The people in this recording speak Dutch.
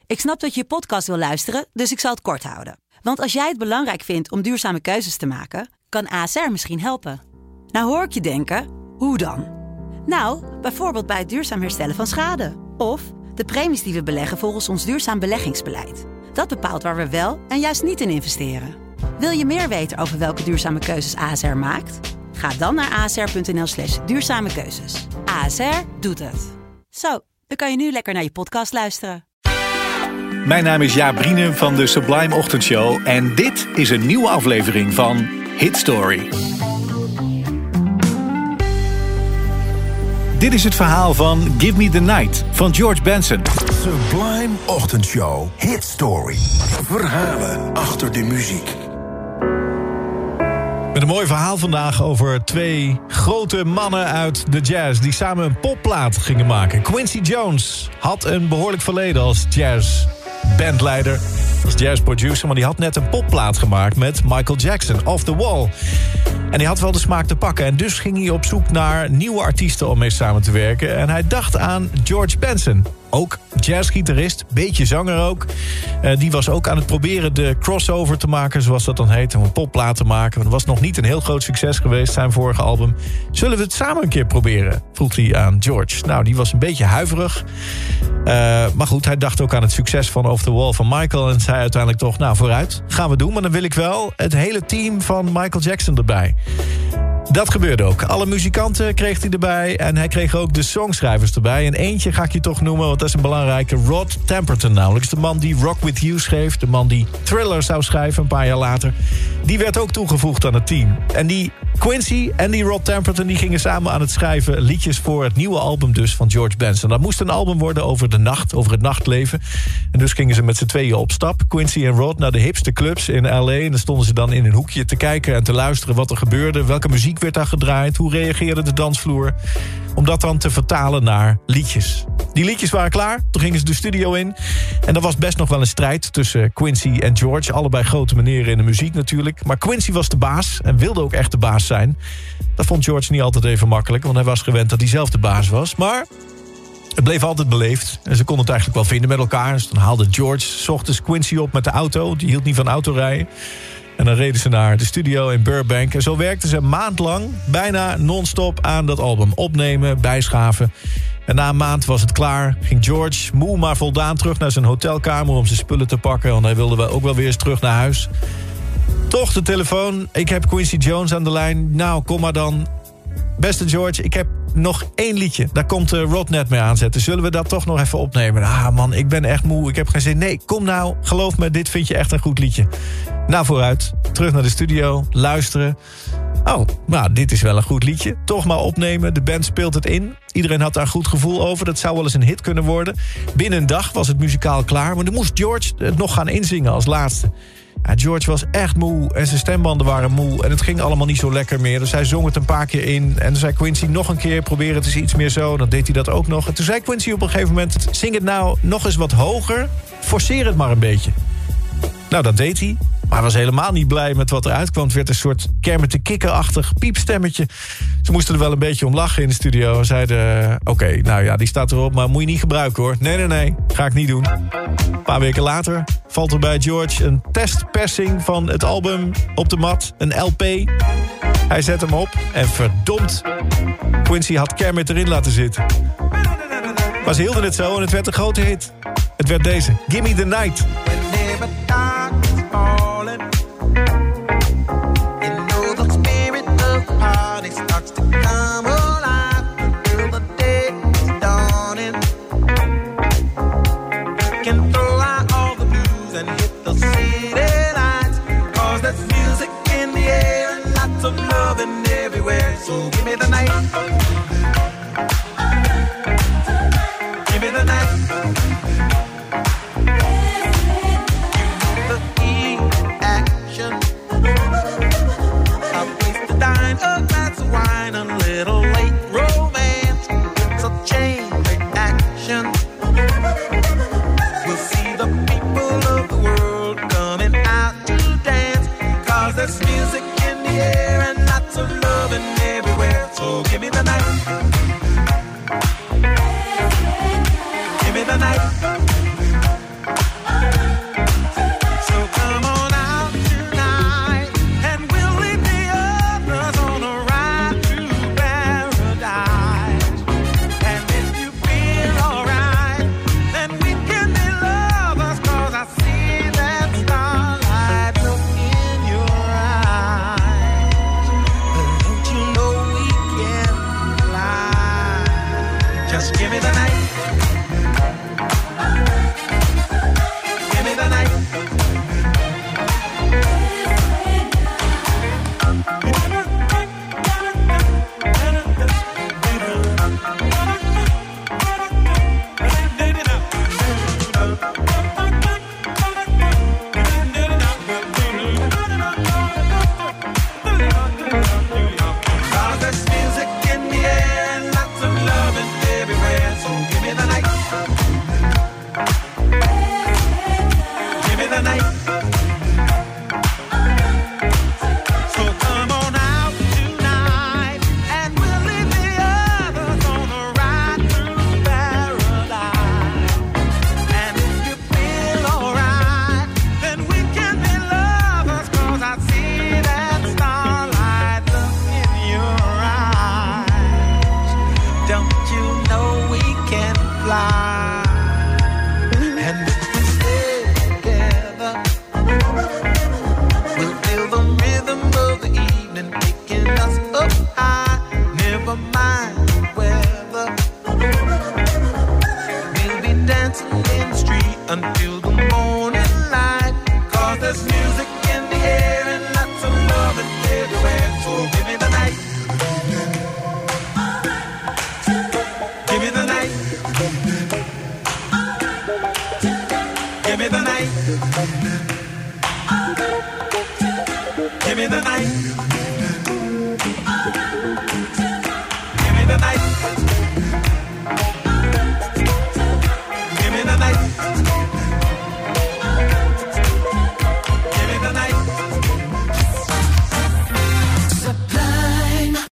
Ik snap dat je podcast wil luisteren, dus ik zal het kort houden. Want als jij het belangrijk vindt om duurzame keuzes te maken, kan ASR misschien helpen. Nou hoor ik je denken, hoe dan? Nou, bijvoorbeeld bij het duurzaam herstellen van schade. Of de premies die we beleggen volgens ons duurzaam beleggingsbeleid. Dat bepaalt waar we wel en juist niet in investeren. Wil je meer weten over welke duurzame keuzes ASR maakt? Ga dan naar asr.nl/duurzame keuzes. ASR doet het. Zo, dan kan je nu lekker naar je podcast luisteren. Mijn naam is Jaap Brienen van de Sublime Ochtendshow en dit is een nieuwe aflevering van Hit Story. Dit is het verhaal van Give Me the Night van George Benson. Sublime Ochtendshow Hit Story. Verhalen achter de muziek. Met een mooi verhaal vandaag over twee grote mannen uit de jazz die samen een popplaat gingen maken. Quincy Jones had een behoorlijk verleden als jazzbandleider, als jazzproducer, maar die had net een popplaat gemaakt met Michael Jackson, Off the Wall. En hij had wel de smaak te pakken en dus ging hij op zoek naar nieuwe artiesten om mee samen te werken. En hij dacht aan George Benson. Ook jazzgitarist, beetje zanger ook. Die was ook aan het proberen de crossover te maken, zoals dat dan heet. Om een popplaat te maken. Dat was nog niet een heel groot succes geweest, zijn vorige album. Zullen we het samen een keer proberen? Vroeg hij aan George. Nou, die was een beetje huiverig. Maar goed, hij dacht ook aan het succes van Off the Wall van Michael. En zei uiteindelijk toch, nou vooruit, gaan we doen. Maar dan wil ik wel het hele team van Michael Jackson erbij. Dat gebeurde ook. Alle muzikanten kreeg hij erbij. En hij kreeg ook de songschrijvers erbij. En eentje ga ik je toch noemen, want dat is een belangrijke. Rod Temperton namelijk. De man die Rock With You schreef. De man die Thriller zou schrijven een paar jaar later. Die werd ook toegevoegd aan het team. En die Quincy en die Rod Temperton die gingen samen aan het schrijven liedjes voor het nieuwe album dus van George Benson. Dat moest een album worden over de nacht, over het nachtleven. En dus gingen ze met z'n tweeën op stap, Quincy en Rod, naar de hipste clubs in L.A. En dan stonden ze dan in een hoekje te kijken en te luisteren wat er gebeurde. Welke muziek werd daar gedraaid? Hoe reageerde de dansvloer? Om dat dan te vertalen naar liedjes. Die liedjes waren klaar, toen gingen ze de studio in. En er was best nog wel een strijd tussen Quincy en George. Allebei grote meneren in de muziek natuurlijk. Maar Quincy was de baas en wilde ook echt de baas zijn. Dat vond George niet altijd even makkelijk, want hij was gewend dat hij zelf de baas was. Maar het bleef altijd beleefd. En ze konden het eigenlijk wel vinden met elkaar. Dus dan haalde George 's ochtends Quincy op met de auto. Die hield niet van autorijden. En dan reden ze naar de studio in Burbank. En zo werkten ze een maand lang, bijna non-stop aan dat album. Opnemen, bijschaven. En na een maand was het klaar. Ging George, moe maar voldaan, terug naar zijn hotelkamer om zijn spullen te pakken. Want hij wilde ook wel weer eens terug naar huis. Toch de telefoon. Ik heb Quincy Jones aan de lijn. Nou, kom maar dan. Beste George, ik heb nog 1 liedje. Daar komt Rod net mee aanzetten. Zullen we dat toch nog even opnemen? Ah man, ik ben echt moe. Ik heb geen zin. Nee, kom nou. Geloof me, dit vind je echt een goed liedje. Nou, vooruit. Terug naar de studio. Luisteren. Oh, nou, dit is wel een goed liedje. Toch maar opnemen. De band speelt het in. Iedereen had daar goed gevoel over. Dat zou wel eens een hit kunnen worden. Binnen een dag was het muzikaal klaar. Maar dan moest George het nog gaan inzingen als laatste. Ja, George was echt moe en zijn stembanden waren moe. En het ging allemaal niet zo lekker meer. Dus hij zong het een paar keer in. En toen zei Quincy nog een keer, probeer het eens iets meer zo. Dan deed hij dat ook nog. En toen zei Quincy op een gegeven moment, zing het nou nog eens wat hoger. Forceer het maar een beetje. Nou, dat deed hij. Maar hij was helemaal niet blij met wat eruit kwam. Het werd een soort Kermit de Kikker-achtig piepstemmetje. Ze moesten er wel een beetje om lachen in de studio. En zeiden, oké, nou ja, die staat erop, maar moet je niet gebruiken hoor. Nee, ga ik niet doen. Een paar weken later valt er bij George een testpersing van het album op de mat. Een LP. Hij zet hem op en verdomd, Quincy had Kermit erin laten zitten. Maar ze hielden het zo en het werd een grote hit. Het werd deze, Give Me the Night. So give me the night. Give me the night. until the morning light. 'Cause there's music in the air and lots of love everywhere. So give me the night. Give me the night. Give me the night. Give me the night. Give me the night.